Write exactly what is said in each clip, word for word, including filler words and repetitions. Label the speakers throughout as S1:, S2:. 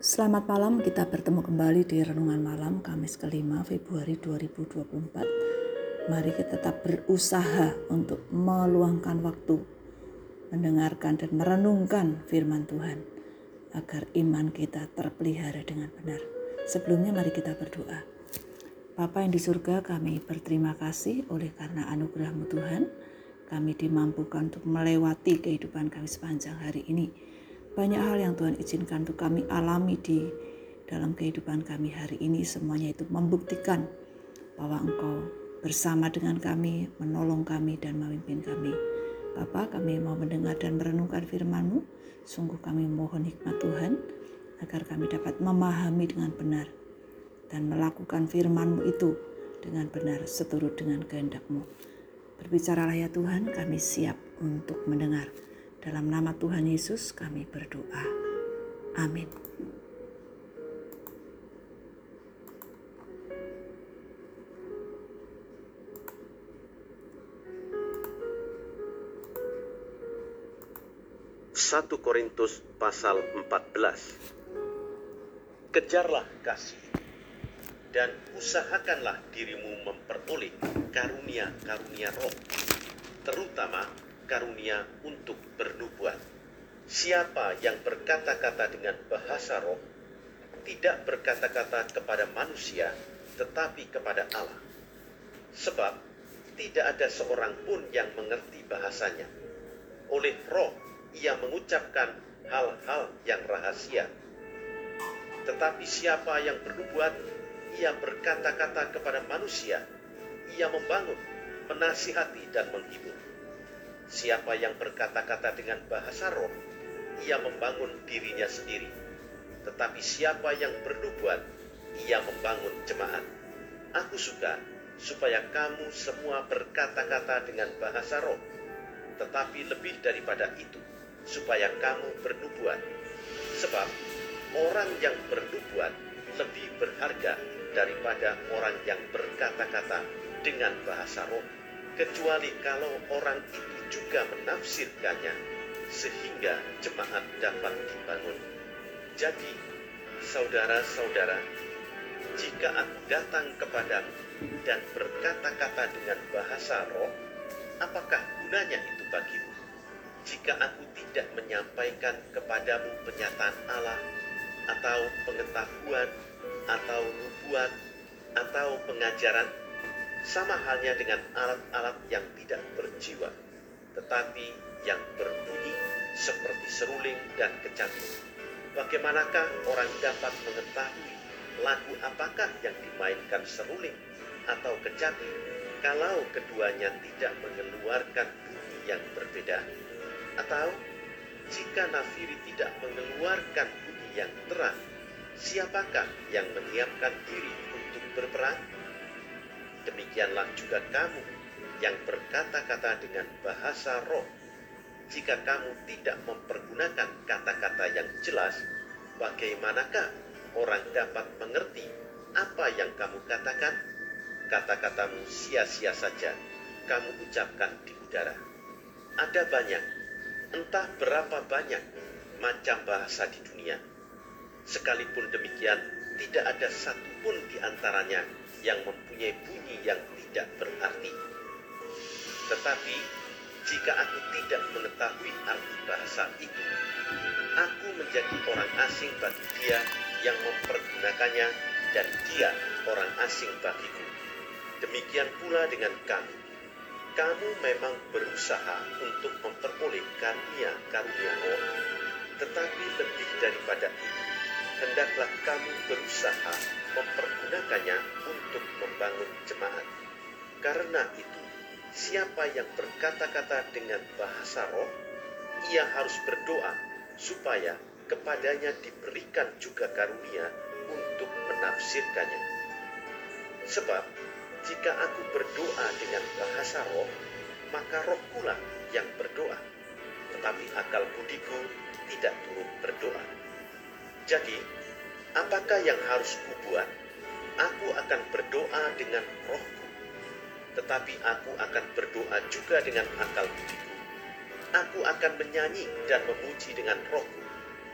S1: Selamat malam, kita bertemu kembali di Renungan Malam Kamis kelima Februari dua ribu dua puluh empat. Mari kita tetap berusaha untuk meluangkan waktu, mendengarkan dan merenungkan firman Tuhan, agar iman kita terpelihara dengan benar. Sebelumnya mari kita berdoa. Bapa yang di surga, kami berterima kasih oleh karena anugerah-Mu Tuhan, kami dimampukan untuk melewati kehidupan kami sepanjang hari ini. Banyak hal yang Tuhan izinkan untuk kami alami di dalam kehidupan kami hari ini. Semuanya itu membuktikan bahwa Engkau bersama dengan kami, menolong kami dan memimpin kami. Bapa, kami mau mendengar dan merenungkan firman-Mu. Sungguh kami mohon hikmat Tuhan, agar kami dapat memahami dengan benar dan melakukan firman-Mu itu dengan benar seturut dengan kehendak-Mu. Berbicaralah ya Tuhan, kami siap untuk mendengar. Dalam nama Tuhan Yesus kami berdoa. Amin.
S2: satu Korintus pasal empat belas. Kejarlah kasih dan usahakanlah dirimu memperoleh karunia-karunia roh, terutama karunia untuk bernubuat. Siapa yang berkata-kata dengan bahasa roh, tidak berkata-kata kepada manusia, tetapi kepada Allah. Sebab tidak ada seorang pun yang mengerti bahasanya. Oleh roh, ia mengucapkan hal-hal yang rahasia. Tetapi siapa yang bernubuat, ia berkata-kata kepada manusia, ia membangun, menasihati dan menghibur. Siapa yang berkata-kata dengan bahasa roh, ia membangun dirinya sendiri. Tetapi siapa yang bernubuat, ia membangun jemaat. Aku suka supaya kamu semua berkata-kata dengan bahasa roh, tetapi lebih daripada itu, supaya kamu bernubuat. Sebab orang yang bernubuat lebih berharga daripada orang yang berkata-kata dengan bahasa roh, kecuali kalau orang itu juga menafsirkannya, sehingga jemaat dapat dibangun. Jadi, saudara-saudara, jika aku datang kepadamu dan berkata-kata dengan bahasa roh, apakah gunanya itu bagimu? Jika aku tidak menyampaikan kepadamu penyataan Allah, atau pengetahuan, atau nubuat, atau pengajaran, sama halnya dengan alat-alat yang tidak berjiwa, tetapi yang berbunyi seperti seruling dan kecapi. Bagaimanakah orang dapat mengetahui lagu apakah yang dimainkan seruling atau kecapi, kalau keduanya tidak mengeluarkan bunyi yang berbeda? Atau jika nafiri tidak mengeluarkan bunyi yang terang, siapakah yang menyiapkan diri untuk berperang? Demikianlah juga kamu yang berkata-kata dengan bahasa roh. Jika kamu tidak mempergunakan kata-kata yang jelas, bagaimanakah orang dapat mengerti apa yang kamu katakan? Kata-katamu sia-sia saja, kamu ucapkan di udara. Ada banyak, entah berapa banyak macam bahasa di dunia. Sekalipun demikian, tidak ada satupun di antaranya yang mempunyai bunyi yang tidak berarti. Tetapi jika aku tidak mengetahui arti bahasa itu, aku menjadi orang asing bagi dia yang mempergunakannya, dan dia orang asing bagiku. Demikian pula dengan kamu. Kamu memang berusaha untuk memperoleh karunia-karunia roh, tetapi lebih daripada itu, hendaklah kamu berusaha mempergunakannya untuk membangun jemaat. Karena itu, siapa yang berkata-kata dengan bahasa roh, ia harus berdoa supaya kepadanya diberikan juga karunia untuk menafsirkannya. Sebab jika aku berdoa dengan bahasa roh, maka roh pula yang berdoa, tetapi akal budiku tidak turut berdoa. Jadi, apakah yang harus kubuat? Aku akan berdoa dengan rohku, tetapi aku akan berdoa juga dengan akal budiku. Aku akan menyanyi dan memuji dengan rohku,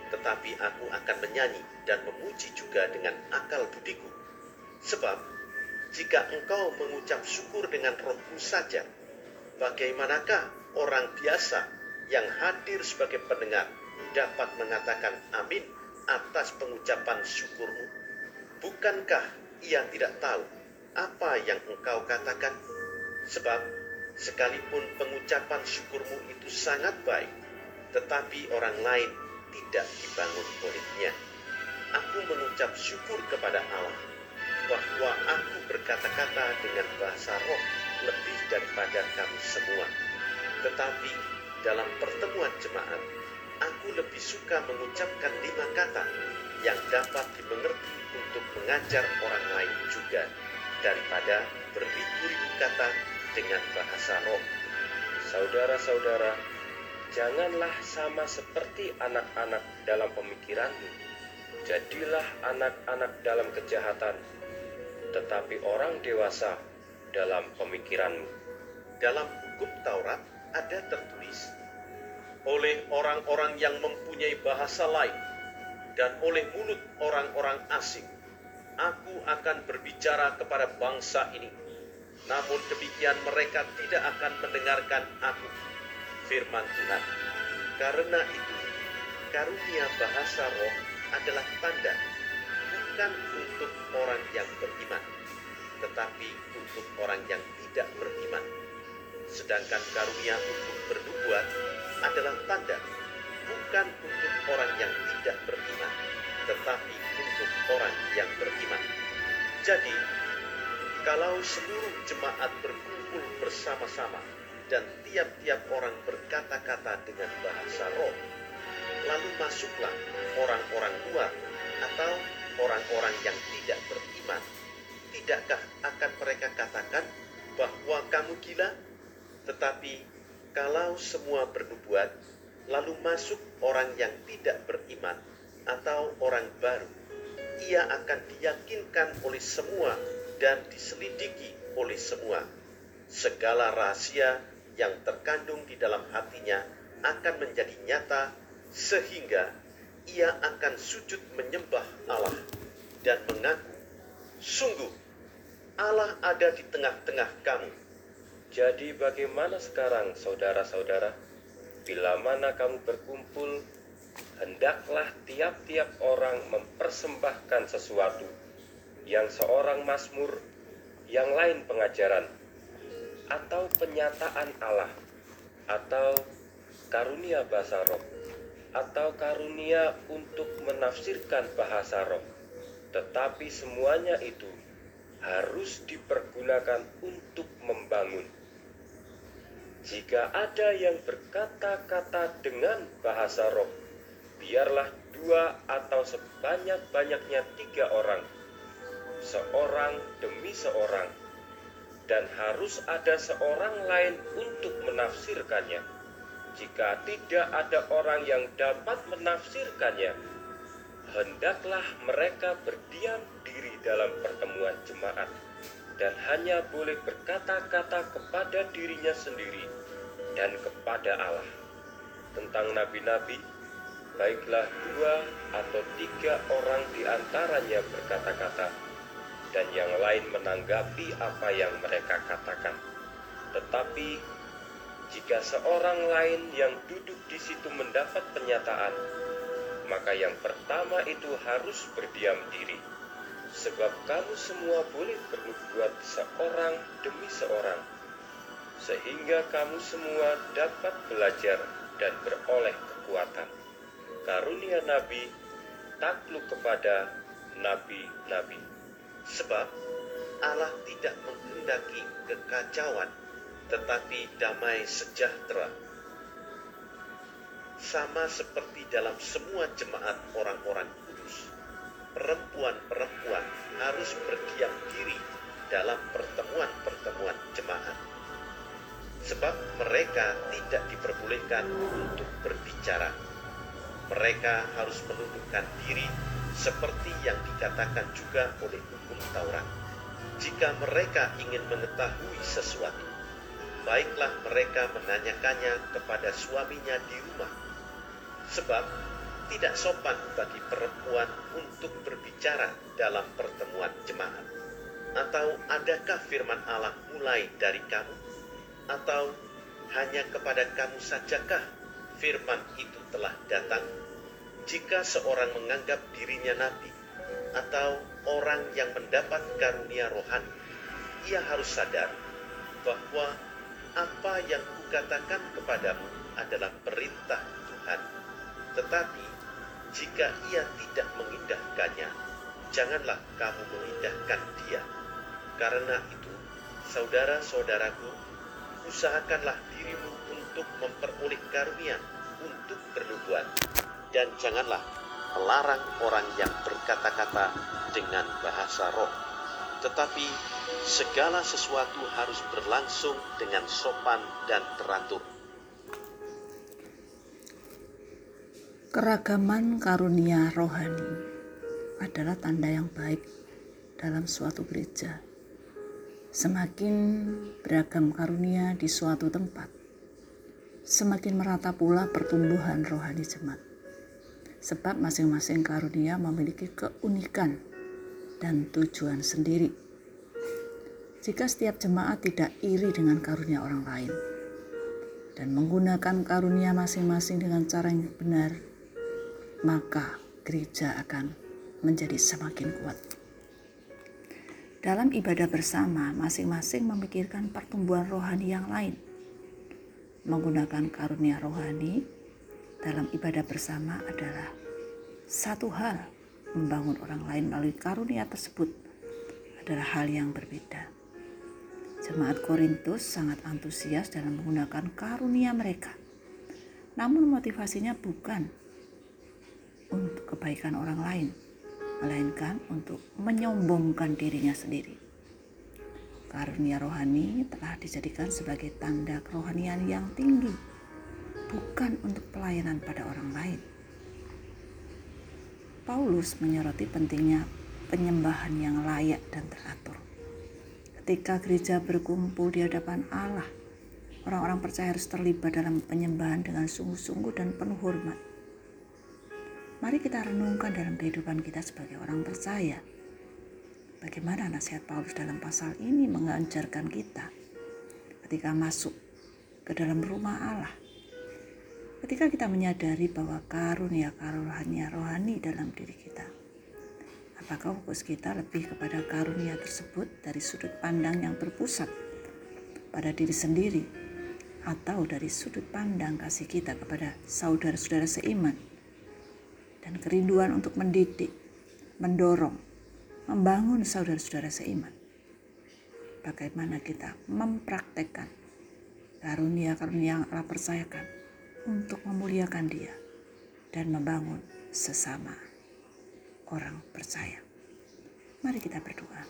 S2: tetapi aku akan menyanyi dan memuji juga dengan akal budiku. Sebab, jika engkau mengucap syukur dengan rohmu saja, bagaimanakah orang biasa yang hadir sebagai pendengar dapat mengatakan amin atas pengucapan syukurmu? Bukankah ia tidak tahu apa yang engkau katakan? Sebab, sekalipun pengucapan syukurmu itu sangat baik, tetapi orang lain tidak dibangun olehnya. Aku mengucap syukur kepada Allah bahwa aku berkata-kata dengan bahasa roh lebih daripada kamu semua. Tetapi dalam pertemuan jemaat, aku lebih suka mengucapkan lima kata yang dapat dimengerti untuk mengajar orang lain juga, daripada beribu-ribu kata dengan bahasa roh.
S3: Saudara-saudara, janganlah sama seperti anak-anak dalam pemikiranmu. Jadilah anak-anak dalam kejahatan, tetapi orang dewasa dalam pemikiranmu.
S2: Dalam hukum Taurat ada tertulis, oleh orang-orang yang mempunyai bahasa lain dan oleh mulut orang-orang asing, aku akan berbicara kepada bangsa ini. Namun demikian mereka tidak akan mendengarkan aku, firman Tuhan. Karena itu, karunia bahasa roh adalah tanda, bukan untuk orang yang beriman, tetapi untuk orang yang tidak beriman. Sedangkan karunia untuk bernubuat adalah tanda, bukan untuk orang yang tidak beriman, tetapi untuk orang yang beriman. Jadi, kalau seluruh jemaat berkumpul bersama-sama dan tiap-tiap orang berkata-kata dengan bahasa roh, lalu masuklah orang-orang luar atau orang-orang yang tidak beriman, tidakkah akan mereka katakan bahwa kamu gila? Tetapi kalau semua bernubuat, lalu masuk orang yang tidak beriman atau orang baru, ia akan diyakinkan oleh semua dan diselidiki oleh semua. Segala rahasia yang terkandung di dalam hatinya akan menjadi nyata, sehingga ia akan sujud menyembah Allah dan mengaku, sungguh Allah ada di tengah-tengah kamu.
S3: Jadi bagaimana sekarang, saudara-saudara? Bila mana kamu berkumpul, hendaklah tiap-tiap orang mempersembahkan sesuatu, yang seorang mazmur, yang lain pengajaran, atau penyataan Allah, atau karunia bahasa roh, atau karunia untuk menafsirkan bahasa roh. Tetapi semuanya itu harus dipergunakan untuk membangun. Jika ada yang berkata-kata dengan bahasa roh, biarlah dua atau sebanyak-banyaknya tiga orang, seorang demi seorang, dan harus ada seorang lain untuk menafsirkannya. Jika tidak ada orang yang dapat menafsirkannya, hendaklah mereka berdiam diri dalam pertemuan jemaat, dan hanya boleh berkata-kata kepada dirinya sendiri dan kepada Allah. Tentang nabi-nabi, baiklah dua atau tiga orang di antaranya berkata-kata, dan yang lain menanggapi apa yang mereka katakan. Tetapi jika seorang lain yang duduk di situ mendapat penyataan, maka yang pertama itu harus berdiam diri. Sebab kamu semua boleh bernubuat seorang demi seorang, sehingga kamu semua dapat belajar dan beroleh kekuatan. Karunia nabi takluk kepada nabi-nabi.
S2: Sebab Allah tidak menghendaki kekacauan, tetapi damai sejahtera. Sama seperti dalam semua jemaat orang-orang kudus, perempuan-perempuan harus berdiam diri dalam pertemuan-pertemuan jemaat. Sebab mereka tidak diperbolehkan untuk berbicara. Mereka harus menundukkan diri seperti yang dikatakan juga oleh hukum Taurat. Jika mereka ingin mengetahui sesuatu, baiklah mereka menanyakannya kepada suaminya di rumah. Sebab Tidak sopan bagi perempuan untuk berbicara dalam pertemuan jemaat. Atau adakah firman Allah mulai dari kamu? Atau hanya kepada kamu sajakah firman itu telah datang? Jika seorang menganggap dirinya nabi atau orang yang mendapat karunia rohani, ia harus sadar bahwa apa yang kukatakan kepadamu adalah perintah Tuhan. Tetapi jika ia tidak mengindahkannya, janganlah kamu mengindahkan dia. Karena itu, saudara-saudaraku, usahakanlah dirimu untuk memperoleh karunia untuk bernubuat, dan janganlah melarang orang yang berkata-kata dengan bahasa roh. Tetapi segala sesuatu harus berlangsung dengan sopan dan teratur.
S1: Keragaman karunia rohani adalah tanda yang baik dalam suatu gereja. Semakin beragam karunia di suatu tempat, semakin merata pula pertumbuhan rohani jemaat. Sebab masing-masing karunia memiliki keunikan dan tujuan sendiri. Jika setiap jemaat tidak iri dengan karunia orang lain dan menggunakan karunia masing-masing dengan cara yang benar, maka gereja akan menjadi semakin kuat. Dalam ibadah bersama, masing-masing memikirkan pertumbuhan rohani yang lain. Menggunakan karunia rohani dalam ibadah bersama adalah satu hal, membangun orang lain melalui karunia tersebut adalah hal yang berbeda. Jemaat Korintus sangat antusias dalam menggunakan karunia mereka. Namun motivasinya bukan untuk kebaikan orang lain, melainkan untuk menyombongkan dirinya sendiri. Karunia rohani telah dijadikan sebagai tanda kerohanian yang tinggi, bukan untuk pelayanan pada orang lain. Paulus menyoroti pentingnya penyembahan yang layak dan teratur. Ketika gereja berkumpul di hadapan Allah, orang-orang percaya harus terlibat dalam penyembahan dengan sungguh-sungguh dan penuh hormat. Mari kita renungkan dalam kehidupan kita sebagai orang percaya. Bagaimana nasihat Paulus dalam pasal ini mengajarkan kita ketika masuk ke dalam rumah Allah. Ketika kita menyadari bahwa karunia-karunia rohani dalam diri kita. Apakah fokus kita lebih kepada karunia tersebut dari sudut pandang yang berpusat pada diri sendiri, atau dari sudut pandang kasih kita kepada saudara-saudara seiman? Dan kerinduan untuk mendidik, mendorong, membangun saudara-saudara seiman. Bagaimana kita mempraktekkan karunia-karunia yang Allah percayakan untuk memuliakan Dia dan membangun sesama orang percaya. Mari kita berdoa.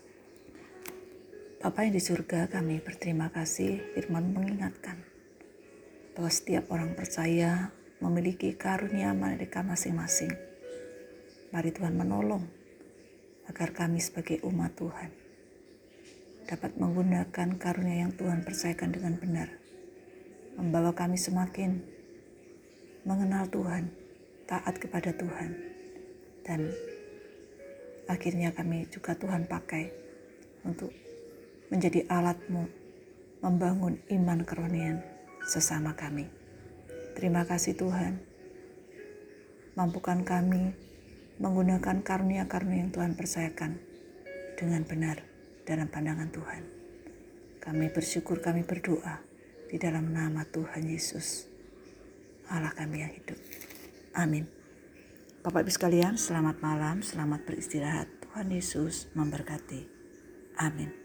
S1: Bapa yang di surga, kami berterima kasih firman mengingatkan bahwa setiap orang percaya memiliki karunia mereka masing-masing. Mari Tuhan menolong agar kami sebagai umat Tuhan dapat menggunakan karunia yang Tuhan percayakan dengan benar, membawa kami semakin mengenal Tuhan, taat kepada Tuhan, dan akhirnya kami juga Tuhan pakai untuk menjadi alat-Mu membangun iman kerohanian sesama kami. Terima kasih Tuhan, mampukan kami menggunakan karunia-karunia yang Tuhan percayakan dengan benar dalam pandangan Tuhan. Kami bersyukur, kami berdoa di dalam nama Tuhan Yesus, Allah kami yang hidup. Amin. Bapak Ibu sekalian, selamat malam, selamat beristirahat. Tuhan Yesus memberkati. Amin.